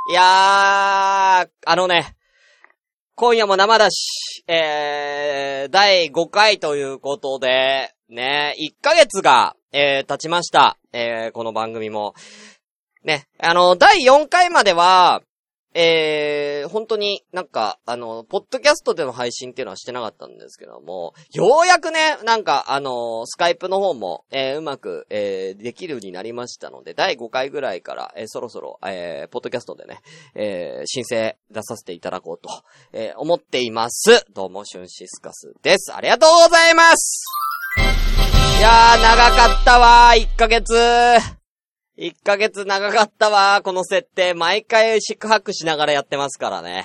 いやー、今夜も生だし、第5回ということで、ね、1ヶ月が、経ちました。この番組も。ね、第4回までは、本当になんか、ポッドキャストでの配信っていうのはしてなかったんですけども、ようやくね、なんか、スカイプの方も、うまく、できるようになりましたので、第5回ぐらいから、そろそろ、ポッドキャストでね、申請出させていただこうと、思っています。どうも、シュンシスカスです。ありがとうございます。いやー、長かったわー、1ヶ月。1ヶ月長かったわ、この設定。毎回四苦八苦しながらやってますからね。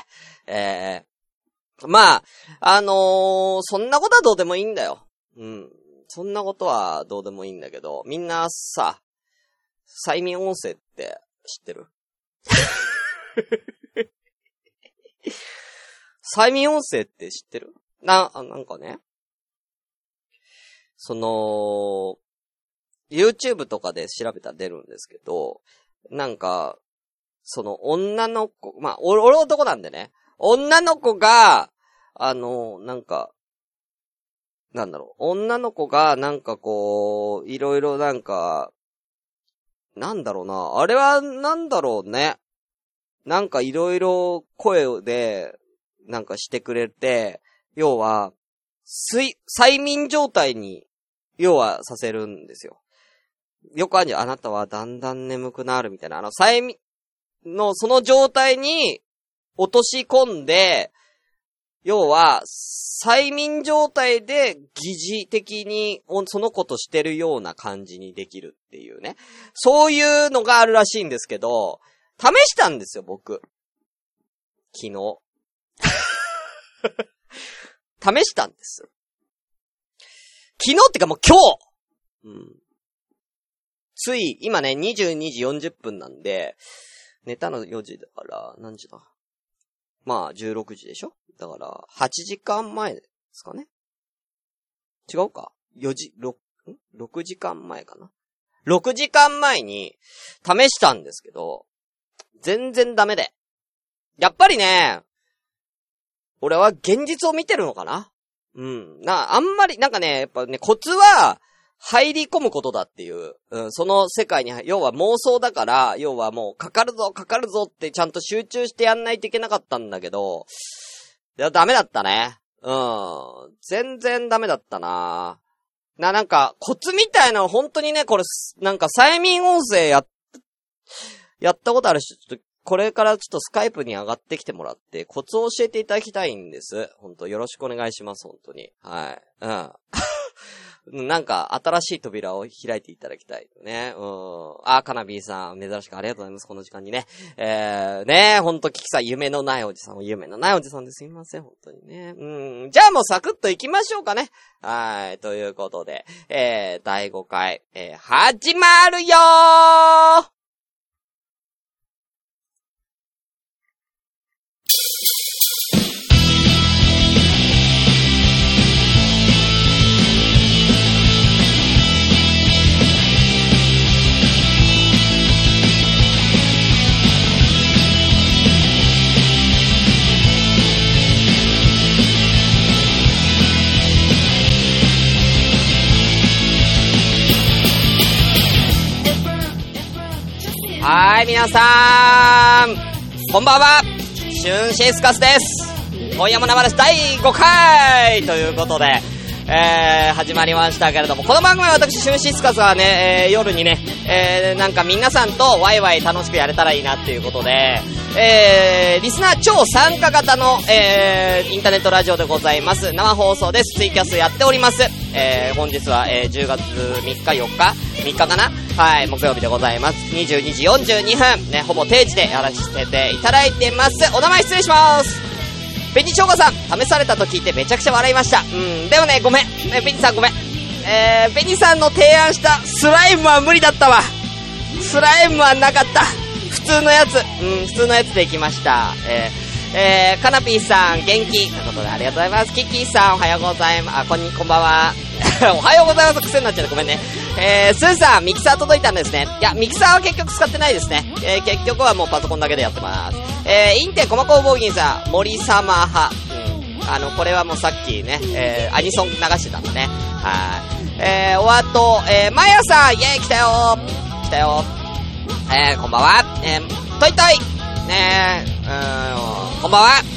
まあ、そんなことはどうでもいいんだよ。うん。そんなことはどうでもいいんだけど、みんなさ、催眠音声って知ってる？催眠音声って知ってる？なんかね、YouTube とかで調べたら出るんですけど、なんか、女の子、まあ、俺男なんでね、女の子が、なんか、なんだろう、女の子が、なんかこう、いろいろなんか、なんだろうな、あれはなんだろうね。なんかいろいろ声で、なんかしてくれて、要は、催眠状態に、要はさせるんですよ。よくあるじゃん、あなたはだんだん眠くなるみたいな、催眠のその状態に落とし込んで、要は、催眠状態で疑似的にその子としてるような感じにできるっていうね。そういうのがあるらしいんですけど、試したんですよ、僕。昨日。試したんです。昨日ってかもう今日、うん、つい、今ね、22時40分なんで、寝たの4時だから、何時だ？まあ、16時でしょ？だから、8時間前ですかね？違うか？ 6時間前かな？ 6 時間前に試したんですけど、全然ダメで。やっぱりね、俺は現実を見てるのかな？うん。あんまり、なんかね、やっぱね、コツは、入り込むことだっていう、その世界に、要は妄想だから、要はもうかかるぞってちゃんと集中してやんないといけなかったんだけど、いや、ダメだったね。全然ダメだったな。なんか、コツみたいなの本当にね、これ、なんか催眠音声やったことある人、ちょっと、これからちょっとスカイプに上がってきてもらって、コツを教えていただきたいんです。本当よろしくお願いします、本当に。はい。なんか、新しい扉を開いていただきたいね。カナビーさん、珍しくありがとうございます、この時間にね。ねほんと、キキさん、夢のないおじさん、夢のないおじさんですいません、本当にね。じゃあもうサクッと行きましょうかね。はい、ということで、第5回、始まるよー。はい、皆さん、こんばんは、シュンシスカスです。今夜も生です。第5回ということで、始まりましたけれども、この番組は私、シュンシスカスがね、夜にね、なんか皆さんとワイワイ楽しくやれたらいいなっていうことで、リスナー超参加型の、インターネットラジオでございます。生放送です。ツイキャスやっております。本日は、10月3日4日3日かな、はい、木曜日でございます。22時42分ね、ほぼ定時でやらせていただいてます。お名前失礼します。ベニショウガさん、試されたと聞いてめちゃくちゃ笑いました。でもね、ごめん、ベニさんごめん。ベニさんの提案したスライムは無理だったわ。スライムはなかった。普通のやつ、普通のやつでいきました。カナピーさん元気ということでありがとうございます。キッキーさんおはようございます。こんばんは。 おはようございます。癖になっちゃう。ごめんね。スーさん、ミキサー届いたんですね。いや、ミキサーは結局使ってないですね。結局はもうパソコンだけでやってます。インテンコマ工房銀さん、森様派。これはもうさっきね、アニソン流してたんだね。はい。お後、マヤさん、イェーイ来たよ来たよ。こんばんは。トイトイ。こんばんは。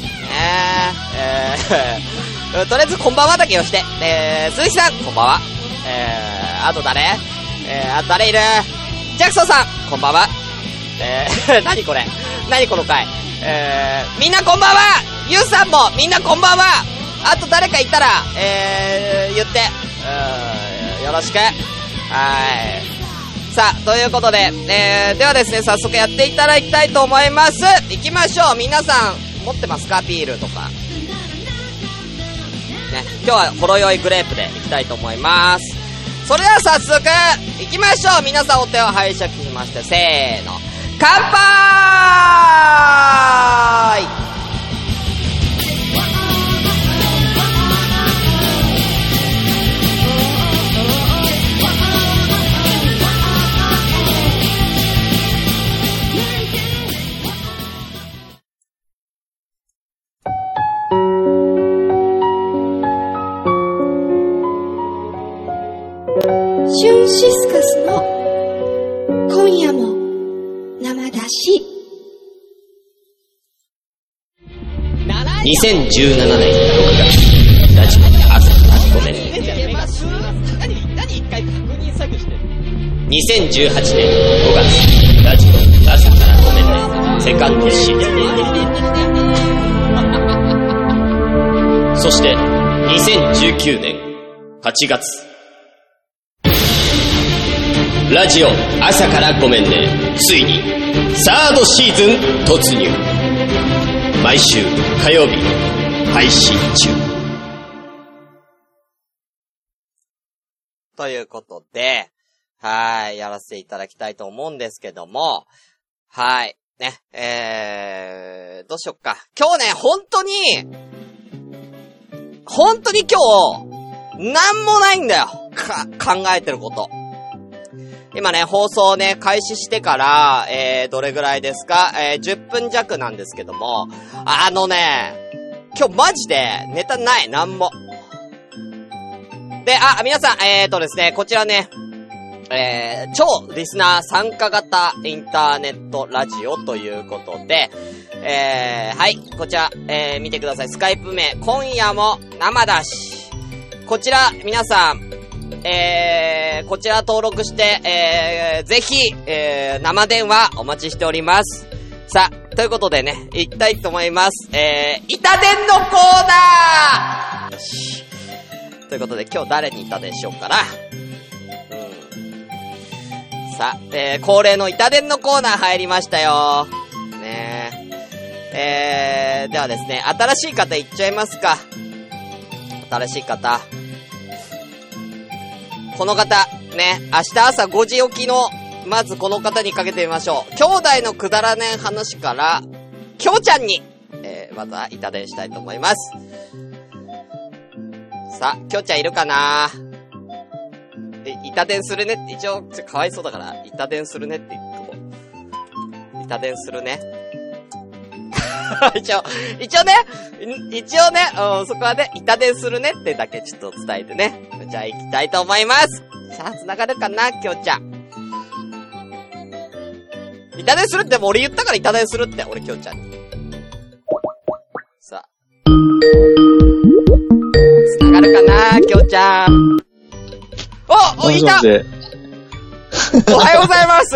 とりあえずこんばんはだけをして。鈴木さん、こんばんは。あと誰誰いるジャクソンさん、こんばんは。何これ何この回。みんなこんばんは。ユウさんもみんなこんばんは。あと誰かいたら、言って。よろしく。はい。さあ、ということで、ではですね、早速やっていただきたいと思います。行きましょう。皆さん、持ってますかビールとか。ね、今日はほろ酔いグレープで行きたいと思います。それでは早速、行きましょう。皆さんお手を拝借しまして、せーの。乾杯シュンシスカスの今夜も生だし。 2017年6月、ラジオ朝からごめんね。何一回確認詐欺してる。2018年5月、ラジオ朝からごめんね。セカンドシーズン。そして2019年8月。ラジオ朝からごめんね。ついにサードシーズン突入。毎週火曜日配信中。ということで、はい、やらせていただきたいと思うんですけども、はい、ね、どうしよっか。今日ね、本当に今日、なんもないんだよ。考えてること。今ね、放送ね、開始してから、どれぐらいですか10分弱なんですけども、今日マジで、ネタない、なんも。で、皆さん、ですね、こちらね、超リスナー参加型インターネットラジオということで、はい、こちら、見てください。スカイプ名、今夜も生だし。こちら、皆さん、こちら登録して、ぜひ、生電話お待ちしております。さあ、ということでね、行きたいと思います。イタ電のコーナーよし。ということで、今日誰に板電しようかな。さあ、恒例のイタ電のコーナー入りましたよ。ねではですね、新しい方行っちゃいますか。新しい方。この方、ね、明日朝5時起きの、まずこの方にかけてみましょう。兄弟のくだらねえ話から、きょうちゃんに、まずは板電したいと思います。さあ、きょうちゃんいるかな？板電するねって、一応、かわいそうだから、板電するねって言っとこう。板電するね。一応ね、そこはね、板電するねってだけちょっと伝えてね。じゃあ行きたいと思います。さあ、繋がるかな、きょうちゃん。板電するって、もう俺言ったから板電するって、俺きょうちゃんに。さあ。繋がるかな、きょうちゃん。お、いた！おはようございます。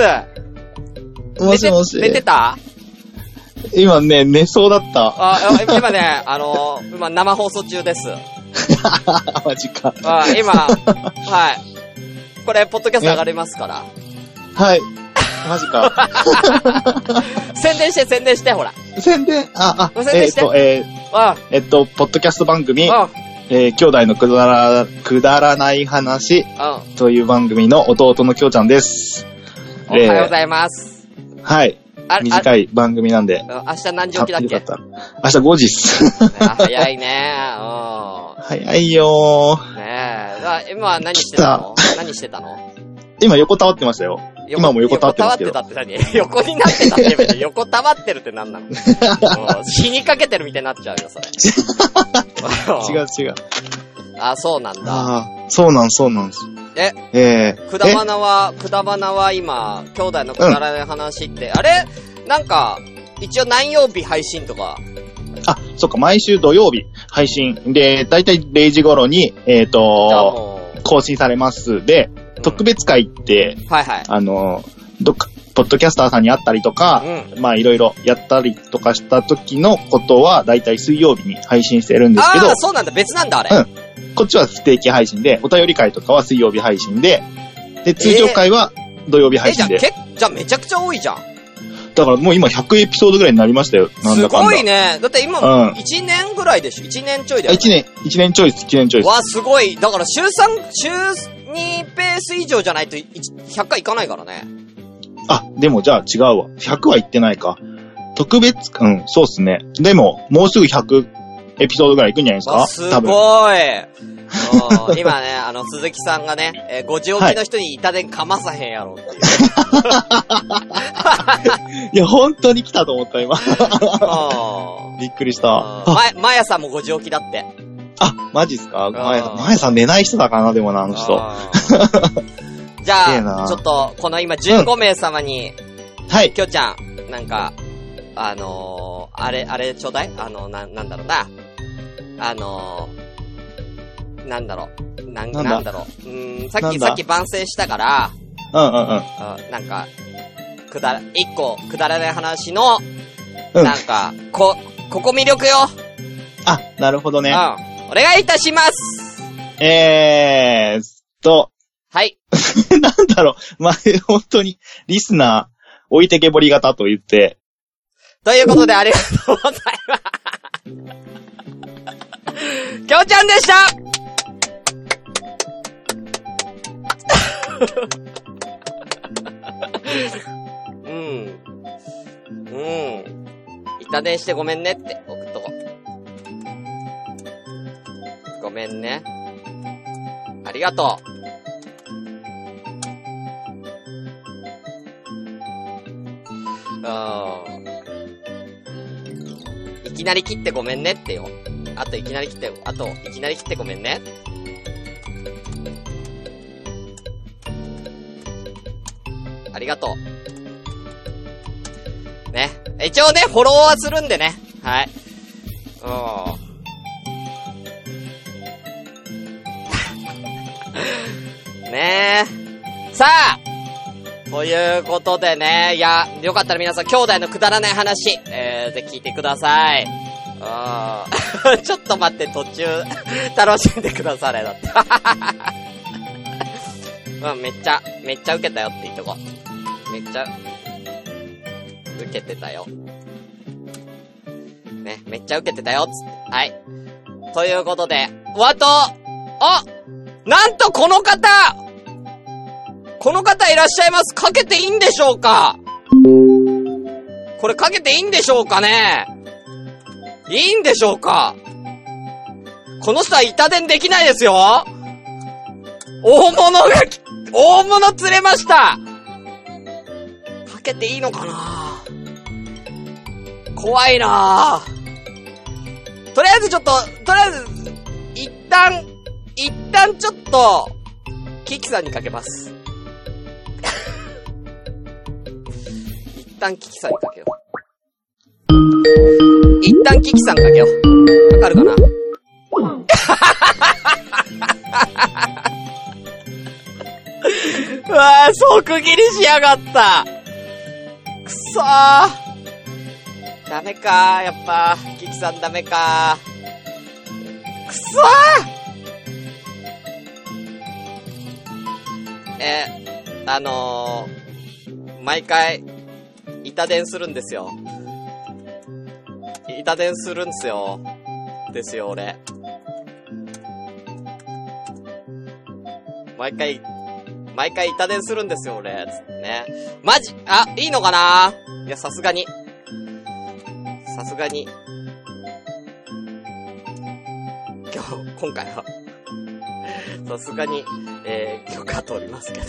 もしもし。 寝てた？ 今ね、寝そうだった。 今ね、今生放送中です。 マジか。 今、はい。これ、ポッドキャスト上がりますから。 はい。マジか。 宣伝して、ほら。 宣伝宣伝して。 ポッドキャスト番組、兄弟のくだらない話という番組の弟のきょうちゃんです。 おはようございます。 はい。短い番組なんで。 明日何時起きだっけ？ 明日5時っす。 早いね。 早いよー。ねえ。 今何してたの？何してたの？ 今横たわってましたよ。今も横たわってますけど。 横たわってたって何？横になってたって言うけど、横たわってるって何なの？死にかけてるみたいになっちゃうよ、それ。 違う。 あ、そうなんだ。 そうなんです。 くだばなは今、兄弟のくだらない話って、あれなんか、一応何曜日配信とか。 あ、そっか、毎週土曜日配信で、だいたい0時頃に、更新されますで、特別会って、 はいはい。 どっか、ポッドキャスターさんに会ったりとか、まあいろいろやったりとかした時のことは、だいたい水曜日に配信してるんですけど。 あ、そうなんだ、別なんだ、あれ。 こっちは不定期配信で、お便り会とかは水曜日配信で、で、通常会は土曜日配信で。 じゃあめちゃくちゃ多いじゃん。 だからもう今100エピソードぐらいになりましたよ。なんだかんだ。 すごいね。だって今、1年ぐらいでしょ ?1 年ちょいだよ、ね。 1年ちょいです。 わ、すごい。だから週2ペース以上じゃないと100回いかないからね。 あ、でもじゃあ違うわ。100は行ってないか。特別、そうっすね。でも、もうすぐ100エピソードぐらい行くんじゃないですか？ すごい。今ね、鈴木さんがね、5時起きの人に板電かまさへんやろっていう。 いや、本当に来たと思った、今。びっくりした。 まやさんも5時起きだって。 あ、マジっすか？まやさん寝ない人だからな、でもな、あの人。 じゃあ、ちょっと、この今15名様に、 はい。 きょちゃん、なんか、あれちょうだい？なんだろうな。なんだろう。さっき番宣したから、なんか、くだらない話の、なんか、ここ魅力よ。 あ、なるほどね。 お願いいたします。はい。 なんだろう、本当に、リスナー、置いてけぼり型と言って。 ということで、ありがとうございます。きょうちゃんでした板電してごめんねって送っとこう。ごめんね。ありがとう。いきなり切ってごめんねってよ。あといきなり切ってごめんね。ありがとう。ね。一応ね、フォローはするんでね。はい。ねえ。さあということでね、いや、よかったら皆さん、兄弟のくだらない話、で聞いてください。ちょっと待って、途中、楽しんでくだされ、だって。めっちゃ受けたよって言っとこう。めっちゃ、受けてたよ。ね、めっちゃ受けてたよ、つって。はい。ということで、なんとこの方いらっしゃいます。かけていいんでしょうか？これかけていいんでしょうかね？いいんでしょうか？この人は板電できないですよ。大物釣れました。かけていいのかな？怖いな。とりあえず一旦ちょっとキキさんにかけます。一旦キキさんにかけよう。わかるかな？うわぁ、即切りしやがった。くそー。ダメかー、やっぱ。キキさんダメかー。くそー。毎回、板電するんですよ。ですよ、俺。毎回板電するんですよ、俺。つってね。マジ、いいのかないや、さすがに。今回は。 さすがに、許可取りますけど。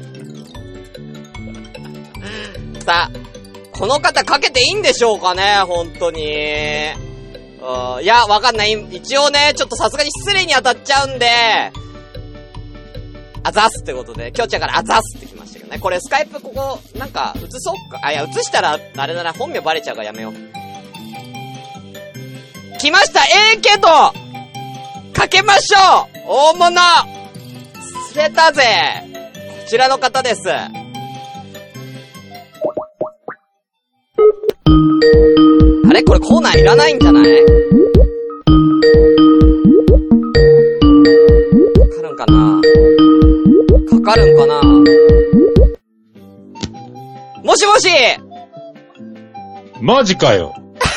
さあ、この方かけていいんでしょうかね、本当に。いや、わかんない。一応ね、ちょっとさすがに失礼に当たっちゃうんで、あざすってことで、きょうちゃんからあざすってきましたけどね。これスカイプここ、なんか、映そうか。いや、映したら、あれだな、本名バレちゃうからやめよう。来ました、けどかけましょう大物釣れたぜこちらの方です。あれこれコーナーいらないんじゃない？かかるんかな？かかるんかな？もしもしマジかよ。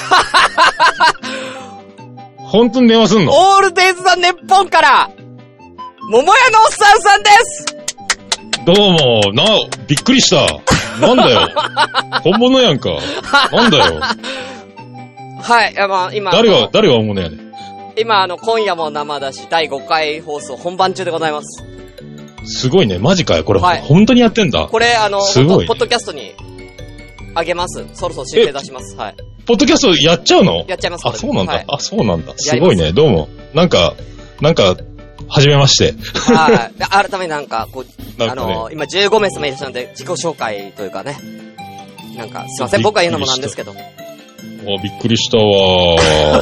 本当に電話すんの？ オールデイズ・ザ・ネッポンから、桃屋のおっさんさんです。 どうも、びっくりした。なんだよ。本物やんか。なんだよ。 はい、まあ、今。 誰が本物やねん。 今、今夜も生だし、第5回放送本番中でございます。 すごいね。マジかよ。これ、 はい、 本当にやってんだ。 これ、 すごい。 ポッドキャストに、あげます。そろそろ申請出します。はい。 ポッドキャストやっちゃうの？ やっちゃいます。 あ、そうなんだ。はい、あ、そうなんだ。 すごいね。どうも。なんか、はじめまして。 はい。改めなんか、こう、 ね、 今15名様いらっしゃるので、自己紹介というかね。なんか、すいません。僕が言うのもなんですけど。 びっくりしたわ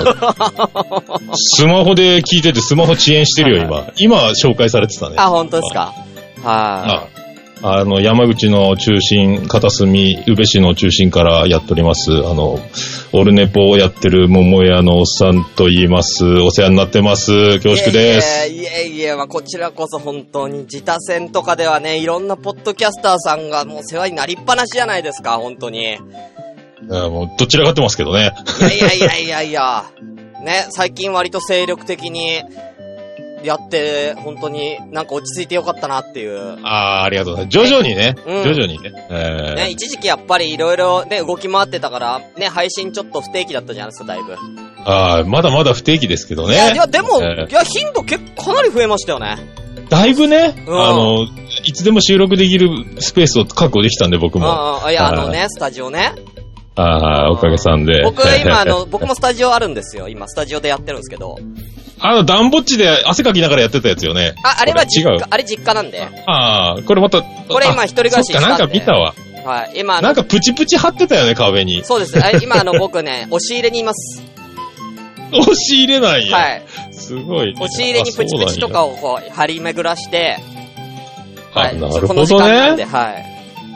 スマホで聞いてて、スマホ遅延してるよ、今。今、紹介されてたね。 あ、本当ですか。はい。 山口の中心、片隅、宇部市の中心からやっております。オルネポをやってる桃屋のおっさんと言います。お世話になってます。恐縮です。 いえ、まあ、こちらこそ本当に自他戦とかではね、いろんなポッドキャスターさんがもう世話になりっぱなしじゃないですか、本当に。 もう、どちらかってますけどね。 いや。ね、最近割と精力的に、やって、本当になんか落ち着いてよかったなっていう。 ありがとうございます。徐々にね。徐々にね。 ね、一時期やっぱりいろいろね、動き回ってたから、ね、配信ちょっと不定期だったじゃないですか、だいぶ。 まだまだ不定期ですけどね。 いや、でも、頻度かなり増えましたよね。 だいぶね、いつでも収録できるスペースを確保できたんで、僕も。 スタジオね。 おかげさんで。 僕もスタジオあるんですよ。今、スタジオでやってるんですけど。 暖房地で汗かきながらやってたやつよね。 あれは実家、あれ実家なんで。 これまた。 これ今一人暮らししたんで。 なんか見たわ。 はい、今なんかプチプチ貼ってたよね、壁に。 そうです。今僕ね、押し入れにいます。 押し入れないや。 はい。 すごい。 押し入れにプチプチとかをこう、張り巡らして、 はい。なるほどね。 この時間なんで、はい。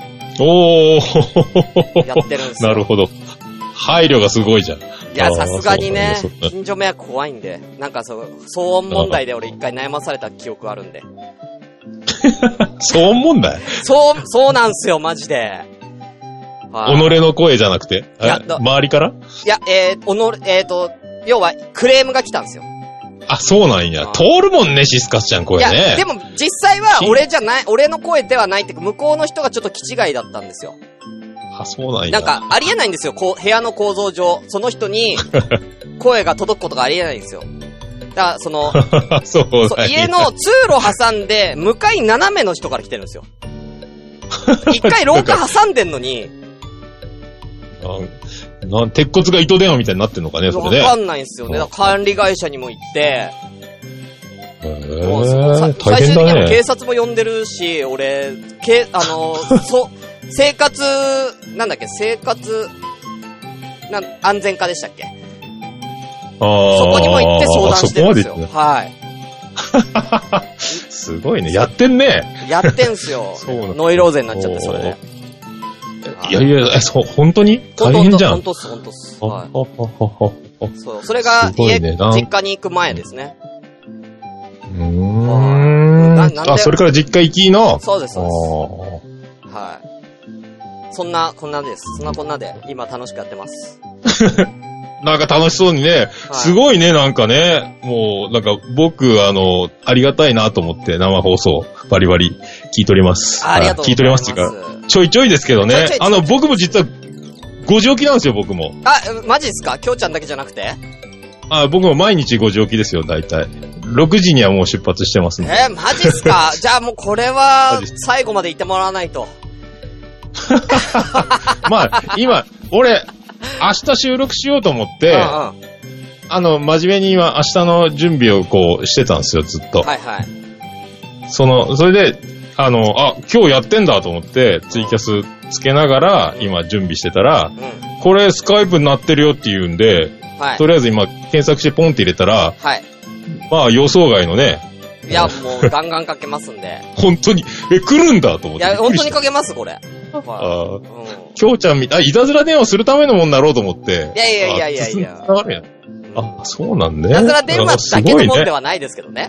やってるんですよ。 なるほど。配慮がすごいじゃん。 いや、さすがにね、近所迷惑怖いんで、なんか騒音問題で俺一回悩まされた記憶あるんで。 騒音問題？ そうなんすよ、マジで。 己の声じゃなくて？周りから？ いや、要は、クレームが来たんですよ。 あ、そうなんや。通るもんね、シスカスちゃん声ね。 いや、でも実際は俺の声ではないっていうか、向こうの人がちょっと気違いだったんですよ。 あ、そうなんや。 なんか、ありえないんですよ、部屋の構造上。その人に、声が届くことがありえないんですよ。だから、そう家の通路挟んで、向かい斜めの人から来てるんですよ。一回廊下挟んでんのに、 鉄骨が糸電話みたいになってんのかね、それね。 わかんないんですよね。だから管理会社にも行って、 最終的には警察も呼んでるし、俺、生活安全課でしたっけ？そこにも行って相談してるんですよ。はい。 すごいね。やってんね。 やってんすよ。ノイローゼになっちゃって、それで。 いや、本当に大変じゃん。 本当っす。はい。そう、それが実家に行く前ですね。 それから実家行きの？ そうです。はい。そんなこんなです。そんなこんなで、今楽しくやってます。 なんか楽しそうにね、すごいね、なんかね、もう、なんか僕、ありがたいなと思って生放送、バリバリ聞いております。 ありがとうございます。 聞いておりますっていうか、ちょいちょいですけどね、僕も実は、5時起きなんですよ、僕も。 あ、マジですか？きょうちゃんだけじゃなくて？ 僕も毎日5時起きですよ、大体。6時にはもう出発してますんで。 マジっすか？じゃあもうこれは、最後まで行ってもらわないと。 まあ、今、俺、明日収録しようと思って、真面目に今、明日の準備をこうしてたんですよ、ずっと。 はいはい。 それで、今日やってんだと思って、ツイキャスつけながら、今準備してたら、これスカイプになってるよって言うんで、とりあえず今、検索してポンって入れたら、まあ予想外のね。 いや、もうガンガンかけますんで。 本当に、来るんだと思って。 いや、本当にかけます、これ。 きょうちゃんいたずら電話するためのもんだろうと思って。 いや。 そうなんね。 いたずら電話だけのもんではないですけどね。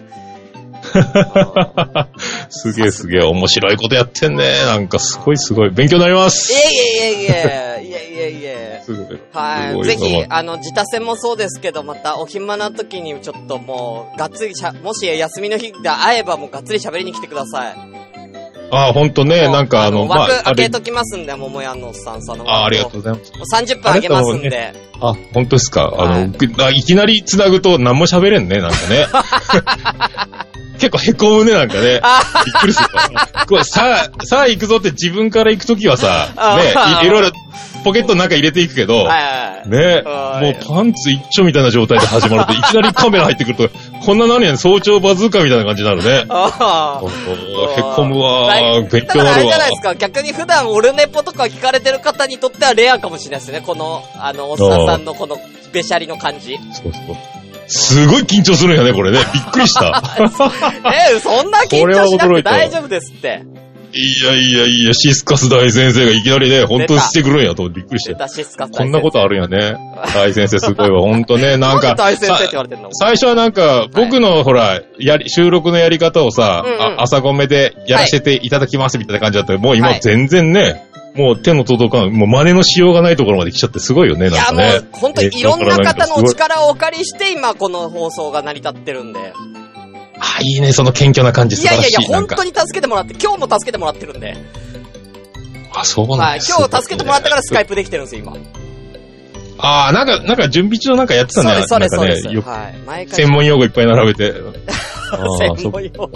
すげえ、面白いことやってんね。なんかすごい。勉強になります。 いや。はい。ぜひ、自他戦もそうですけど、またお暇な時にちょっともう、がっつりもし休みの日で会えばもうがっつり喋りに来てください。 ほんとね、なんか枠開けときますんで、桃屋のおっさんさんの。 ありがとうございます。 もう30分あげますんで。 本当ですか。いきなり繋ぐと何も喋れんね、なんかね。結構凹むね、なんかね。びっくりする。これさあ行くぞって自分から行くときはさ、ね、いろいろポケットの中入れていくけど、ね、もうパンツ一丁みたいな状態で始まると、いきなりカメラ入ってくると、こんな何やね、早朝バズーカみたいな感じになるね。へこむわー、勉強になるわ。あれじゃないですか、逆に普段オルネポとか聞かれてる方にとってはレアかもしれないですね、この、おっさんのこの、べしゃりの感じ。 そう。すごい緊張するんやね、これね。びっくりした。 そんな緊張しなくて大丈夫ですって。 いや、シスカス大先生がいきなりね、ほんとしてくるんやと思ってびっくりして。こんなことあるんやね。大先生すごいわ、ほんとね、なんか。 大先生って言われてんの？ 最初はなんか、僕のほら、収録のやり方をさ、朝ごめでやらせていただきますみたいな感じだったけど、もう今全然ね、もう手の届かん、もう真似のしようがないところまで来ちゃってすごいよね、なんかね。いや、もうほんといろんな方のお力をお借りして、今この放送が成り立ってるんで。 いいね、その謙虚な感じ、素晴らしい。 いや、本当に助けてもらって、今日も助けてもらってるんで。 そうなんですね。今日助けてもらったからスカイプできてるんですよ、今。 なんか準備中なんかやってたね。 そうです。 はい。専門用語いっぱい並べて。 専門用語。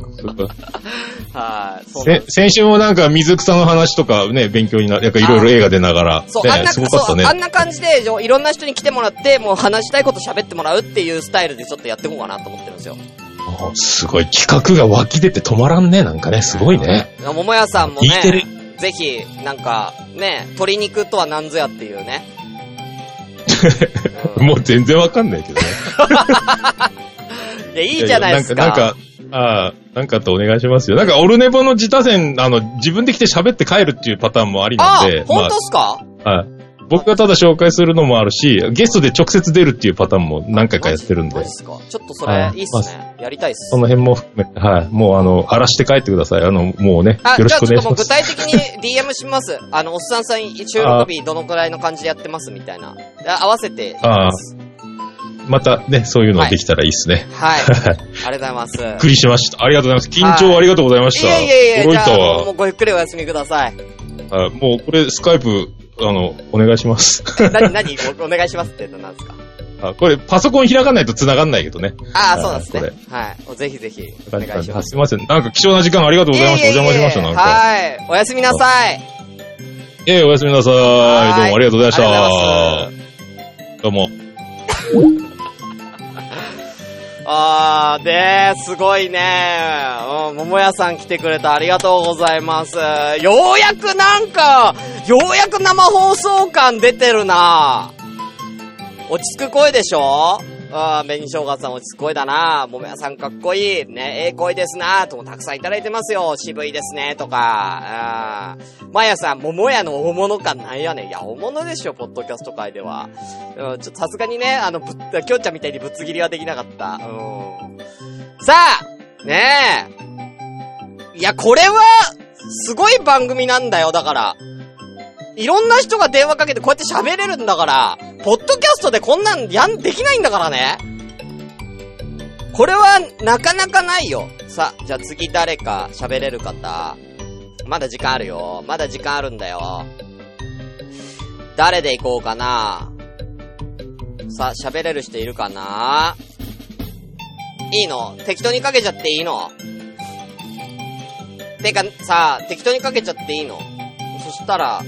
先週もなんか水草の話とかね、勉強になる。なんかいろいろ映画出ながら。 そう、すごかったね。あんな感じで、いろんな人に来てもらって、もう話したいこと喋ってもらうっていうスタイルでちょっとやっていこうかなと思ってるんですよ。 すごい、企画が湧き出て止まらんね、なんかね、すごいね。 桃屋さんもね、ぜひ、なんか、ね、鶏肉とは何ぞやっていうね。 もう全然わかんないけどね。 いや、いいじゃないですか。 なんかとお願いしますよ。なんか、オルネポの自他戦、自分で来て喋って帰るっていうパターンもありなんで。 本当っすか？ はい。僕がただ紹介するのもあるし、ゲストで直接出るっていうパターンも何回かやってるんで。 マジっすか？ちょっとそれ、いいっすね。やりたいっす。 その辺も含めて、はい。もう荒らして帰ってください。もうね、よろしくお願いします。じゃあちょっともう具体的に DM します。おっさん収録日どのくらいの感じでやってますみたいな。合わせていきます。 またね、そういうのできたらいいっすね。 はい。ありがとうございます。 びっくりしました。ありがとうございます。緊張ありがとうございました。 いや、驚いたわ。もうごゆっくりお休みください。 もうこれスカイプ、お願いします。 何お願いしますって何ですか？ これパソコン開かないと繋がんないけどね。 そうなんですね。はい。ぜひぜひ、お願いします。 すいません。なんか貴重な時間ありがとうございました。お邪魔しました、なんか。 はい。おやすみなさい。 おやすみなさい。どうもありがとうございました。どうも。 すごいね。桃屋さん来てくれてありがとうございます。ようやく生放送感出てるな。落ち着く声でしょ？紅生姜さん落ち着く声だな。桃屋さんかっこいい。ね、声ですな。ともたくさんいただいてますよ。渋いですね。とか。まやさん、桃屋の大物感なんやねん。いや、大物でしょ、ポッドキャスト界では。ちょっとさすがにね、きょんちゃんみたいにぶつ切りはできなかった。さあねえ。いや、これは、すごい番組なんだよ、だから。いろんな人が電話かけてこうやって喋れるんだから、ポッドキャストでこんなんできないんだからね。これはなかなかないよ。さあ、じゃあ次誰か喋れる方。まだ時間あるよ。まだ時間あるんだよ。誰で行こうかな。 さあ、喋れる人いるかな？いいの？適当にかけちゃっていいの？てか、さあ、適当にかけちゃっていいの？そしたら、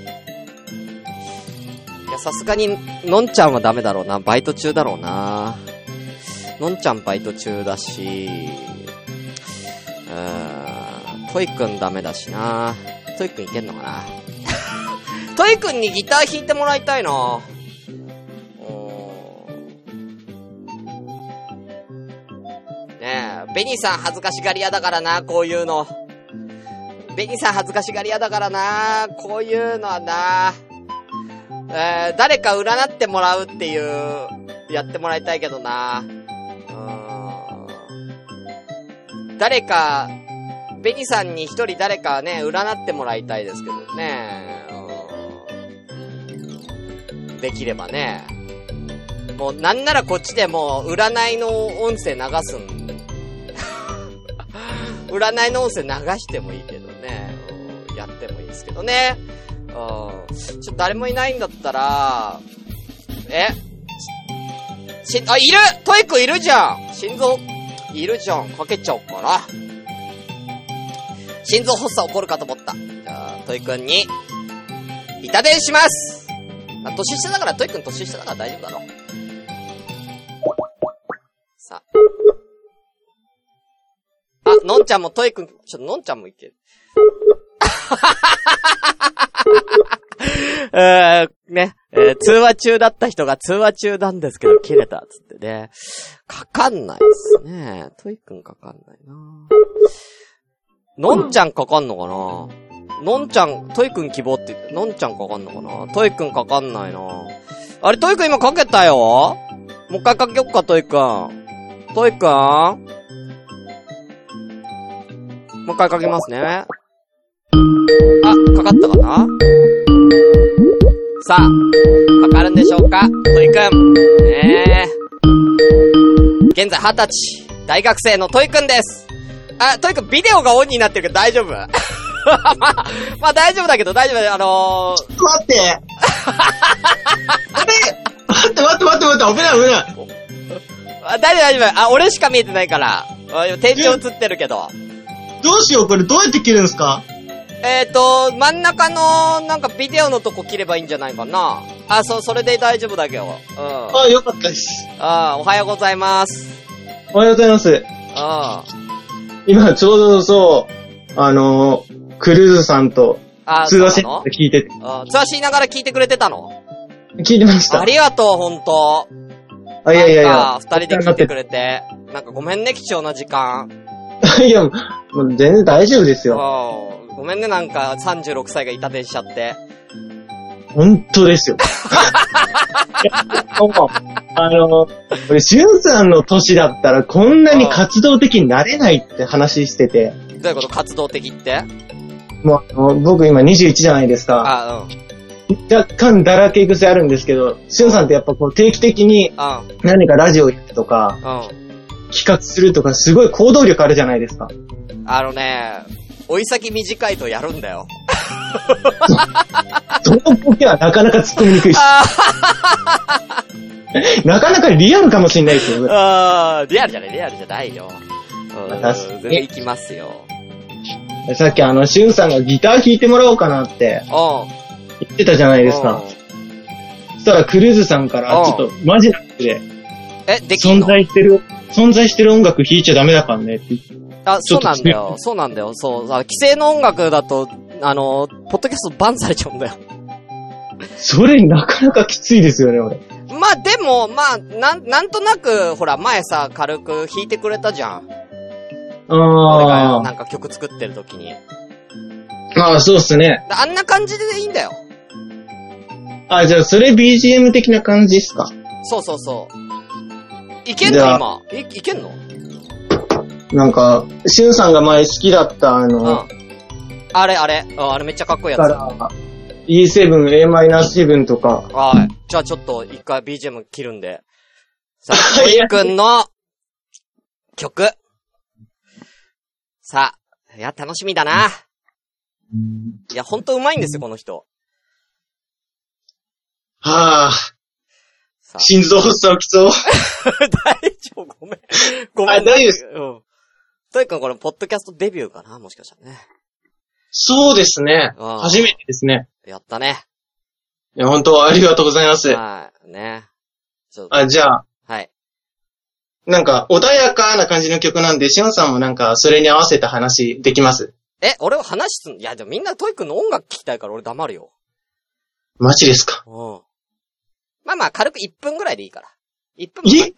いや、さすがに、のんちゃんはダメだろうな。バイト中だろうな。のんちゃんバイト中だし、トイくんダメだしな。トイくんいけんのかな。トイくんにギター弾いてもらいたいな。ねえ、ベニさん恥ずかしがり屋だからな、こういうの。ベニさん恥ずかしがり屋だからな、こういうのはな。誰か占ってもらうっていう、やってもらいたいけどな。誰か、ベニさんに一人誰かね、占ってもらいたいですけどね。できればね。もうなんならこっちでもう占いの音声流すんで。占いの音声流してもいいけどね。やってもいいですけどね。ちょっと誰もいないんだったら、いる！トイくんいるじゃん！心臓、いるじゃん。かけちゃおうかな。心臓発作起こるかと思った。じゃあ、トイくんに、板伝します！年下だから、トイくん年下だから大丈夫だろ。さあ。のんちゃんもトイくん、ちょっとのんちゃんもいける。ね、通話中だった人が通話中なんですけど切れたっつってね。かかんないっすね。トイくんかかんないな。のんちゃんかかんのかな。のんちゃん、トイくん希望って言って、のんちゃんかかんのかな。トイくんかかんないな。あれ、トイくん今かけたよ。もう一回かけよっか、トイくん。トイくんもう一回かけますね。あ、かかったかな。さあ、かかるんでしょうか、トイくん。現在20歳、大学生のトイくんです。あ、トイくんビデオがオンになってるけど大丈夫？まあ大丈夫だけど大丈夫だよ、 ちょっと待って。あれ待って、危ない。 大丈夫。あ、俺しか見えてないから。天井映ってるけど。 どうしよう、これどうやって切るんですか？ 真ん中の、なんかビデオのとこ切ればいいんじゃないかな。あ、それで大丈夫だけど。 あ、よかったです。 おはようございます。 おはようございます。今ちょうどそう、クルーズさんと通話しながら聞いてて。 通話しながら聞いてくれてたの？ 聞いてました。 ありがとう、ほんと。 いや。 二人で聞いてくれて。なんかごめんね、貴重な時間。 いや、もう全然大丈夫ですよ。 ごめんね、なんか36歳が痛手しちゃって。 本当ですよ。俺、しゅんさんの年だったらこんなに活動的になれないって話してて。 どういうこと？活動的って？ もう、僕今21じゃないですか。若干だらけ癖あるんですけど、しゅんさんってやっぱこう定期的に何かラジオやるとか、企画するとかすごい行動力あるじゃないですか。 追い先短いとやるんだよ。 そのボケはなかなか突っ込みにくいし。なかなかリアルかもしれないですよ。 リアルじゃないよ。全然行きますよ。 さっきしゅんさんがギター弾いてもらおうかなって言ってたじゃないですか。そしたらクルーズさんからちょっとマジなくで、 できんの？ 存在してる音楽弾いちゃダメだからねって。 そうなんだよ。そう。規制の音楽だと、ポッドキャストバンされちゃうんだよ。それなかなかきついですよね、俺。まあでも、なんとなく、ほら、前さ、軽く弾いてくれたじゃん。俺がなんか曲作ってる時に。そうっすね。あんな感じでいいんだよ。じゃあ、それ BGM 的な感じっすか？そう。いけんの今？いけんの？なんか、しゅんさんが前好きだったあれめっちゃかっこいいやつ。E7、Am7 とか。じゃあちょっと一回 BGM 切るんで。さあ、トイくんの曲。さあ、いや、楽しみだな。いや、ほんと上手いんですよ、この人。 心臓発作起きそう。 大丈夫、ごめん。ごめん。 大丈夫です。 うん。トイ君これ、ポッドキャストデビューかなもしかしたらね。 そうですね。初めてですね。 やったね。 いや、本当ありがとうございます。 はい。ね。 じゃあ。 はい。 なんか、穏やかな感じの曲なんで、しおんさんもなんか、それに合わせた話できます？ 俺は話すん？いや、でもみんなトイ君の音楽聞きたいから俺黙るよ。 マジですか？ うん。まあ、軽く1分ぐらいでいいから。1分も待って。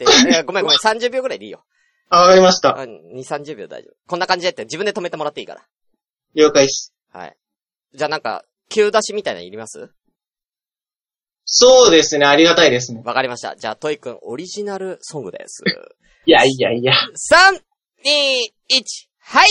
ごめん、30秒ぐらいでいいよ。 わかりました。 2、30秒大丈夫。こんな感じでって自分で止めてもらっていいから。 了解です。 はい。じゃあなんか、急出しみたいなのいります？ そうですね、ありがたいですね。 わかりました。じゃあ、トイ君オリジナルソングです。 いや。 3、2、1、はい。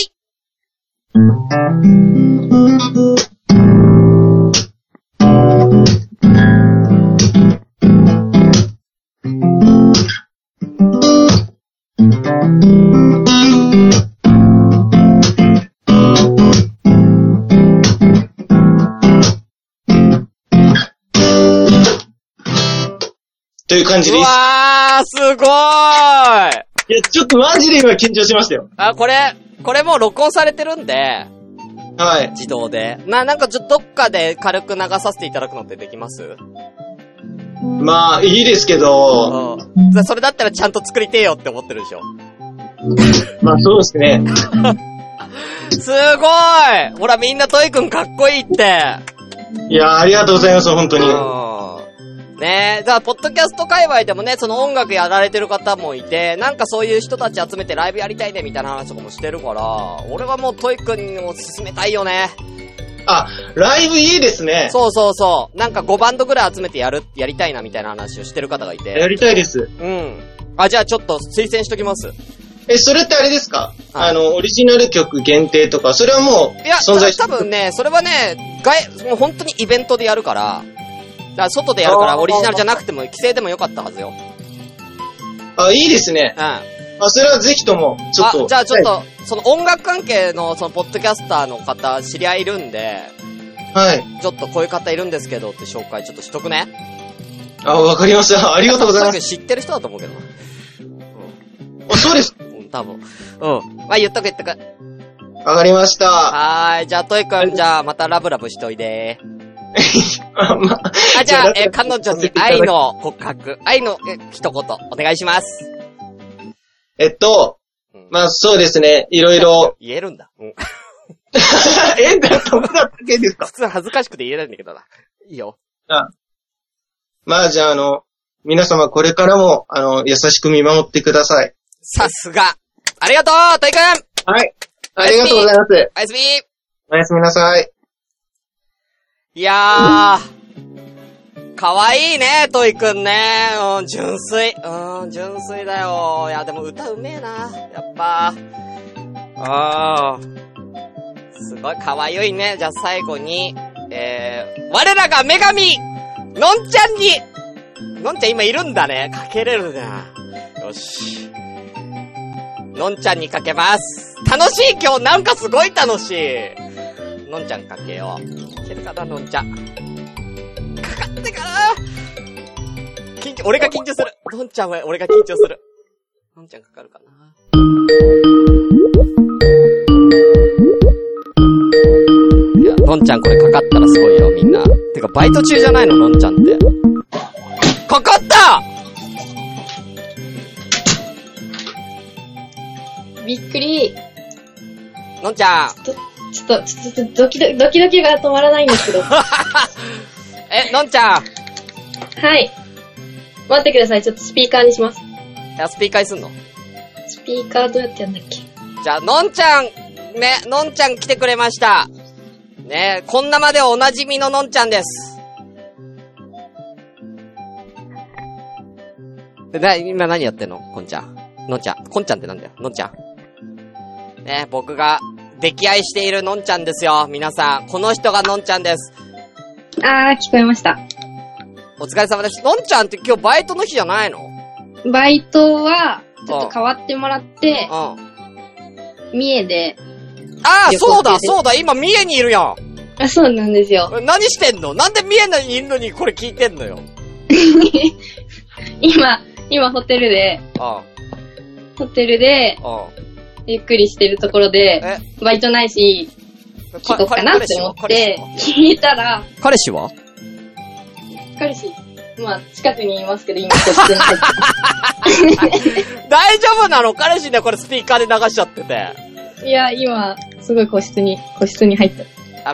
という感じです。 うわー、すごーい。いや、ちょっとマジで今緊張しましたよ。 これもう録音されてるんで。 はい。 自動で。なんかどっかで軽く流させていただくのってできます？ まあ、いいですけど。 それだったらちゃんと作りてえよって思ってるでしょ。 まあ、そうですね。 すごい！ほら、みんなトイ君かっこいいって。 いや、ありがとうございます、本当に。 ねえ、じゃあ、ポッドキャスト界隈でもね、その音楽やられてる方もいて、なんかそういう人たち集めてライブやりたいねみたいな話とかもしてるから、俺はもうトイ君にも進めたいよね。 ライブいいですね。 そう。なんか5バンドぐらい集めてやりたいなみたいな話をしてる方がいて。 やりたいです。 うん。じゃあちょっと推薦しときます。 それってあれですか？オリジナル曲限定とか、それはもう存在してる？ 多分ね、それはね、もう本当にイベントでやるから、だから外でやるからオリジナルじゃなくても規制でもよかったはずよ。 いいですね。それはぜひとも、ちょっと。 じゃあちょっと、その音楽関係のそのポッドキャスターの方、知り合いいるんで、 はい。 ちょっとこういう方いるんですけどって紹介ちょっとしとくね。 わかりました。ありがとうございます。 知ってる人だと思うけどな。そうです。 多分。まあ、言っとく。 わかりました。 じゃあトイ君、じゃあまたラブラブしといで。じゃあ、彼女に愛の告白、愛の一言、お願いします。 まあそうですね、いろいろ。 言えるんだ。うん。 僕だったけですか？ 普通恥ずかしくて言えないんだけどな。いいよ。 まあじゃあ皆様これからも、優しく見守ってください。 さすが。ありがとう、トイ君！ はい。ありがとうございます。 おやすみ。 おやすみなさい。 いやー、かわいいね、トイくんね。純粋だよ。いや、でも歌うめえな、やっぱ。すごいかわいいね。じゃあ最後に、我らが女神、のんちゃんに、のんちゃん今いるんだね。かけれるな。よし。のんちゃんにかけます。楽しい今日なんかすごい楽しい。のんちゃんかけよう。いけるかな、のんちゃん。かかってかな。俺が緊張する。のんちゃんは俺が緊張する。のんちゃんかかるかな。いや、のんちゃんこれかかったらすごいよ、みんな。てか、バイト中じゃないの、のんちゃんって。かかった! びっくり。 のんちゃん。 ちょっと、ドキドキが止まらないんですけど。 のんちゃん。 はい。待ってください。ちょっとスピーカーにします。 スピーカーにすんの？ スピーカーどうやってやんだっけ？ じゃあ、のんちゃん、ね、のんちゃん来てくれました。ね、こんなまでおなじみののんちゃんです。今何やってんの？こんちゃん。のんちゃん。こんちゃんってなんだよ？のんちゃん。ね、僕が溺愛しているのんちゃんですよ。皆さん、この人がのんちゃんです。 聞こえました。 お疲れ様です。のんちゃんって今日バイトの日じゃないの？ バイトは、ちょっと変わってもらって、三重で。 そうだ、今三重にいるやん。 そうなんですよ。 何してんの？なんで三重にいるのにこれ聞いてんのよ。 今ホテルで、ゆっくりしてるところで、バイトないし、聞こうかなって思って、聞いたら、 彼氏は？ まあ、近くにいますけど、今、個室に入って。 大丈夫なの？彼氏ね、これスピーカーで流しちゃってて。 いや、今、すごい個室に入った。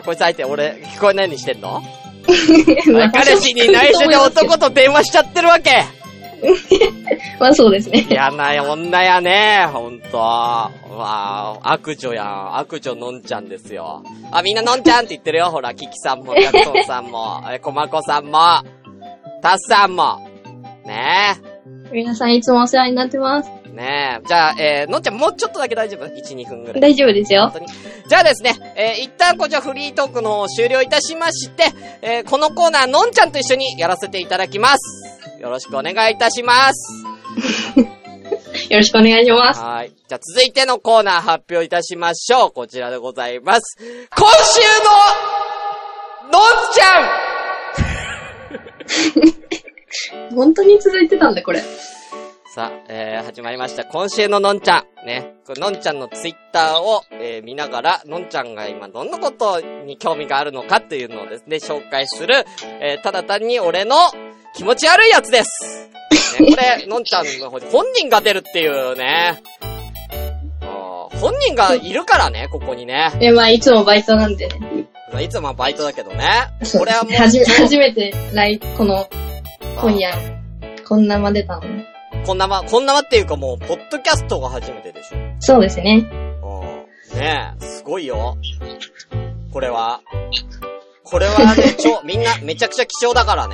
あ、こいつ相手、俺、聞こえないようにしてんの？彼氏に内緒で男と電話しちゃってるわけ。 まあそうですね。 嫌な女やね、ほんと。わあ、悪女やん。悪女のんちゃんですよ。あ、みんなのんちゃんって言ってるよ。ほら、キキさんも、ヤクソンさんも、コマコさんも、タスさんも。ねえ。皆さんいつもお世話になってます。 ねえ。じゃあ、のんちゃんもうちょっとだけ大丈夫？ 1、2分ぐらい。 大丈夫ですよ。 本当に。じゃあですね、一旦こちらフリートークの方終了いたしまして、このコーナーのんちゃんと一緒にやらせていただきます。よろしくお願いいたします。 よろしくお願いします。 はい。じゃあ続いてのコーナー発表いたしましょう。こちらでございます。今週ののんちゃん本当に続いてたんだ、これ。 さあ、始まりました。今週ののんちゃん。ね。のんちゃんのツイッターを、見ながら、のんちゃんが今どんなことに興味があるのかっていうのをですね、紹介する、ただ単に俺の気持ち悪いやつです。ね、これ、のんちゃんの方で本人が出るっていうね。本人がいるからね、ここにね。 まあ、いつもバイトなんでね。 いつもバイトだけどね。これはもう。 初めて、今夜、こんなま出たのね。 こんなまっていうかもう、ポッドキャストが初めてでしょ。 そうですね。 ねえ、すごいよ。これはね、みんなめちゃくちゃ貴重だからね。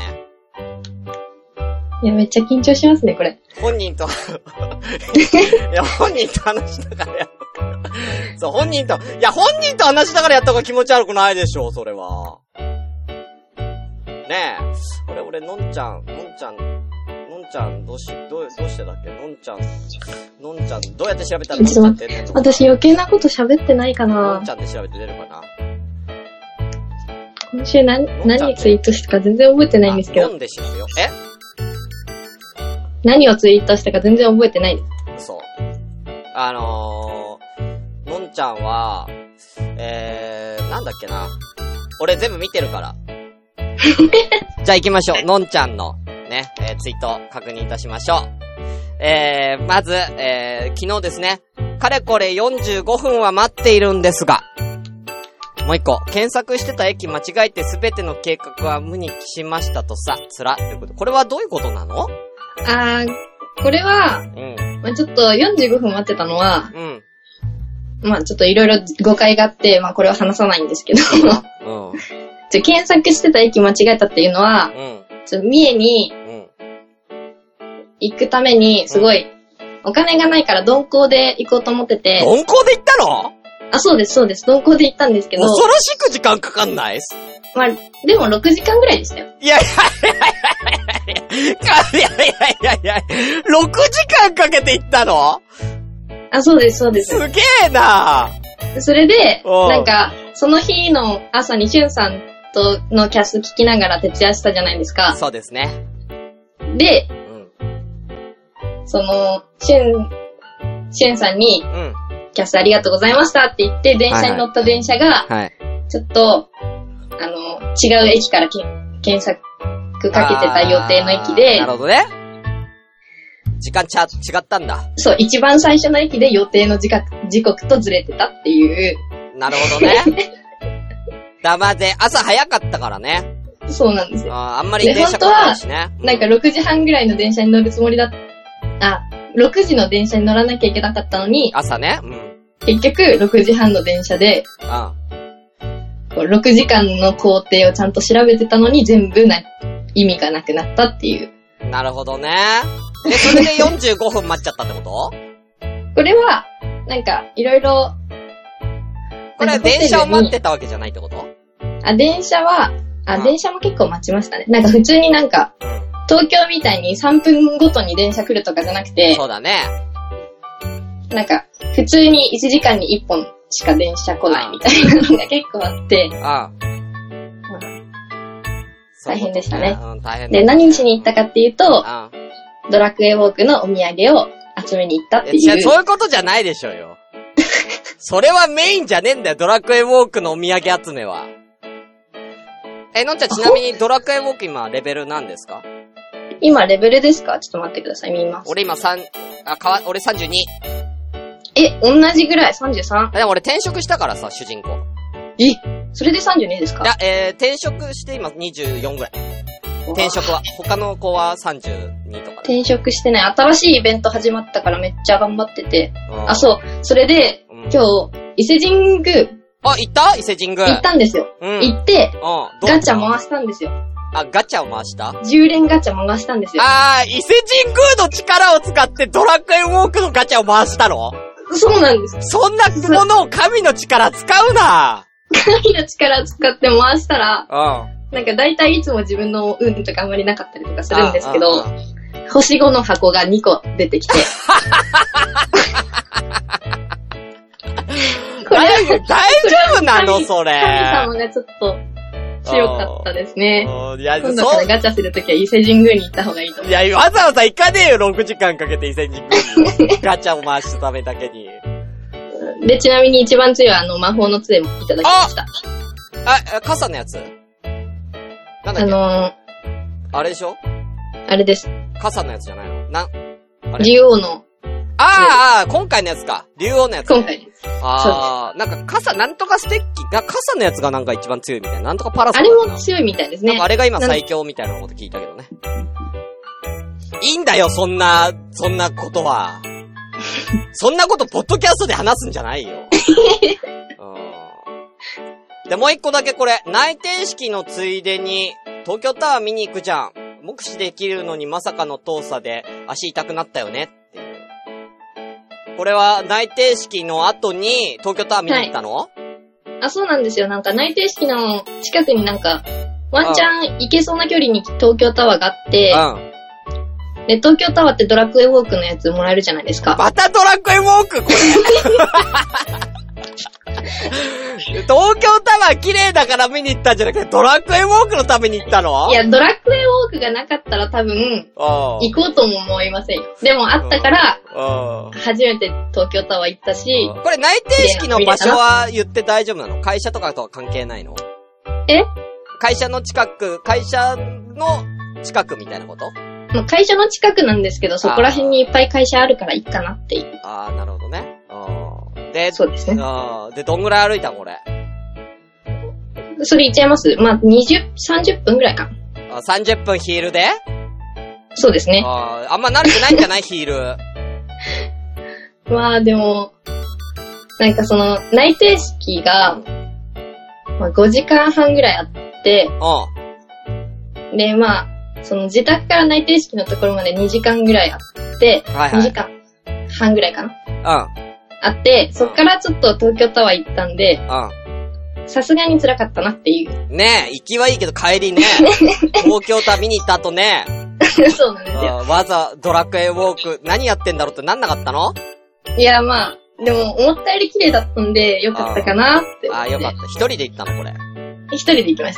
いや、めっちゃ緊張しますね、これ。 本人と話しながらやった。そう、本人と話しながらやった方が気持ち悪くないでしょ、それは。ねえ、俺、のんちゃん、どうしてだっけ？のんちゃん、どうやって調べたらのんちゃんってね。 私余計なこと喋ってないかな。 のんちゃんで調べて出るかな。 今週何ツイートしたか全然覚えてないんですけど。 飲んでしまうよ。 何をツイートしたか全然覚えてないです。 そう。のんちゃんは、なんだっけな。俺全部見てるから。じゃあ行きましょう。のんちゃんの。ね、ツイート確認いたしましょう。まず、昨日ですね、かれこれ45分は待っているんですが、もう一個、検索してた駅間違えてすべての計画は無にしましたとさ、つら、ということ。これはどういうことなの？ これは、まあちょっと45分待ってたのは、まあちょっといろいろ誤解があって、まあこれは話さないんですけど、検索してた駅間違えたっていうのは、三重に行くためにすごいお金がないから鈍行で行こうと思ってて。 鈍行で行ったの？ そうです。鈍行で行ったんですけど。 恐ろしく時間かかんない？ まあ、でも6時間ぐらいでしたよ。 いや、6時間かけて行ったの？ そうです。すげえな。 それで、なんか、その日の朝にしゅんさんとのキャス聞きながら徹夜したじゃないですか。 そうですね。 で、その、しゅんさんに、キャスありがとうございましたって言って、電車に乗った電車が、ちょっと、違う駅から検索かけてた予定の駅で、 なるほどね。時間違ったんだ。 そう、一番最初の駅で予定の時刻とずれてたっていう。 なるほどね。まぜ、朝早かったからね。 そうなんですよ。 あんまり電車来ないしね。 なんか6時半ぐらいの電車に乗るつもり6時の電車に乗らなきゃいけなかったのに、 朝ね。 結局6時半の電車で、6時間の工程をちゃんと調べてたのに全部意味がなくなったっていう。 なるほどね。で、それで45分待っちゃったってこと？ これは、なんか、いろいろ、 これは電車を待ってたわけじゃないってこと？ 電車は、電車も結構待ちましたね。なんか普通になんか、東京みたいに3分ごとに電車来るとかじゃなくて、 そうだね。 なんか、普通に1時間に1本しか電車来ないみたいなのが結構あって、大変でしたね。 大変で、何しに行ったかっていうと、 ドラクエウォークのお土産を集めに行ったっていう。 いや、そういうことじゃないでしょうよ。それはメインじゃねえんだよ、ドラクエウォークのお土産集めは。のんちゃんちなみにドラクエウォーク今レベル何ですか？ 今レベルですか？ちょっと待ってください、見ます。 俺今俺32。 同じぐらい、33。 でも俺転職したからさ、主人公。 それで32ですか？ いや、転職して今24ぐらい。転職は。他の子は32とか。 転職してない。新しいイベント始まったからめっちゃ頑張ってて。そう。それで、今日、伊勢神宮。 行った伊勢神宮。 行ったんですよ。行って、ガチャ回したんですよ。 ガチャを回した？ 10 連ガチャ回したんですよ。 伊勢神宮の力を使ってドラクエウォークのガチャを回したの？ そうなんです。 そんなものを神の力使うな。 神の力を使って回したら、なんか大体いつも自分の運とかあんまりなかったりとかするんですけど、星5の箱が2個出てきて。これ大丈夫なのそれ。 神様がちょっと強かったですね。今度からガチャするときは伊勢神宮に行った方がいいと思う。 いや、わざわざ行かねえよ、6時間かけて伊勢神宮に。ガチャを回すためだけに。 で、ちなみに一番強い魔法の杖もいただきました。 傘のやつ？なんだっけ？あれでしょ？ あれです。 傘のやつじゃないの？ 竜王の。 今回のやつか。竜王のやつ、 今回です。 なんか傘、なんとかステッキが、傘のやつがなんか一番強いみたいな。なんとかパラソル。 あれも強いみたいですね。 なんかあれが今最強みたいなこと聞いたけどね。いいんだよ、そんなことは。そんなことポッドキャストで話すんじゃないよ。で、もう一個だけこれ、内定式のついでに、東京タワー見に行くじゃん。目視できるのにまさかの遠さで足痛くなったよねっていう。これは内定式の後に東京タワー見に行ったの？ そうなんですよ。なんか内定式の近くになんか、ワンチャン行けそうな距離に東京タワーがあって、で、東京タワーってドラクエウォークのやつもらえるじゃないですか。 またドラクエウォークこれ東京タワー綺麗だから見に行ったんじゃなくて、ドラクエウォークのために行ったの？ いや、ドラクエウォークがなかったら多分、行こうとも思いませんよ。でもあったから、初めて東京タワー行ったし。 これ内定式の場所は言って大丈夫なの？会社とかとは関係ないの？会社の近くみたいなこと？ 会社の近くなんですけど、そこら辺にいっぱい会社あるからいいかなっていう。 なるほどね。で、 そうですね。 で、どんぐらい歩いたこれ？ それ言っちゃいます？30分ぐらいか。 30分ヒールで？ そうですね。 あんま慣れてないんじゃないヒール。 でも、なんかその、内定式が、5時間半ぐらいあって、で、その自宅から内定式のところまで2時間ぐらいあって、2時間半ぐらいかな。あって、そっからちょっと東京タワー行ったんで、さすがに辛かったなっていう。 ねえ、行きはいいけど帰りね、東京タワー見に行った後ね。 そうなんですよ。 わざドラクエウォーク、何やってんだろうってなんなかったの？ いや、でも思ったより綺麗だったんで、よかったかなって思って。 よかった。一人で行ったのこれ？ 一人で行きました。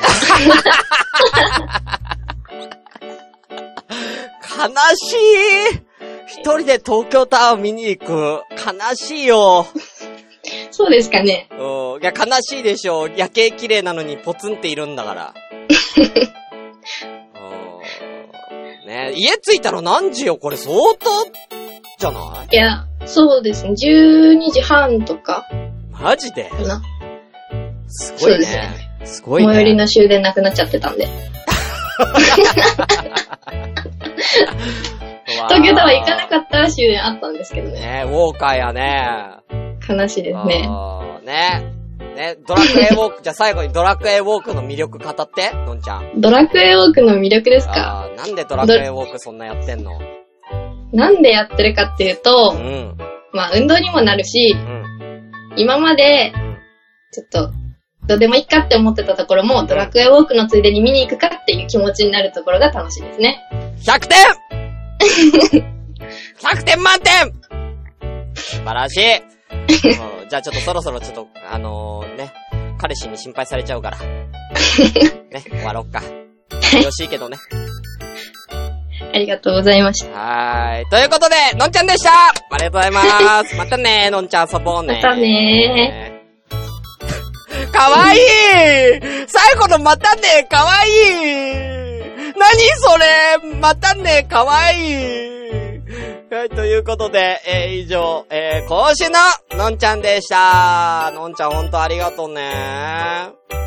悲しい。一人で東京タワー見に行く。悲しいよ。 そうですかね。 いや、悲しいでしょ。夜景綺麗なのにポツンっているんだから。ね、家着いたの何時よこれ相当じゃない？ いや、そうですね。12時半とか。 マジで？すごいね。 そうですね。 すごいね。 最寄りの終電なくなっちゃってたんで。東京タワー行かなかったら終電あったんですけどね。 ウォーカーやね。 悲しいですね。 ドラクエウォーク、じゃあ最後にドラクエウォークの魅力語って、のんちゃん。 ドラクエウォークの魅力ですか？ なんでドラクエウォークそんなやってんの？ なんでやってるかっていうと、運動にもなるし、今まで、ちょっと、どうでもいいかって思ってたところも、ドラクエウォークのついでに見に行くかっていう気持ちになるところが楽しいですね。 100点100点満点素晴らしいじゃあちょっとそろそろちょっと、彼氏に心配されちゃうから。ね、終わろっか。よろしいけどね。 ありがとうございました。 はい。ということで、のんちゃんでした。ありがとうございます。またね、のんちゃん遊ぼうね。 またねかわいい最後のまたねかわいい何それまたねかわいいはい、ということで、以上、今週ののんちゃんでした。のんちゃんほんとありがとうね。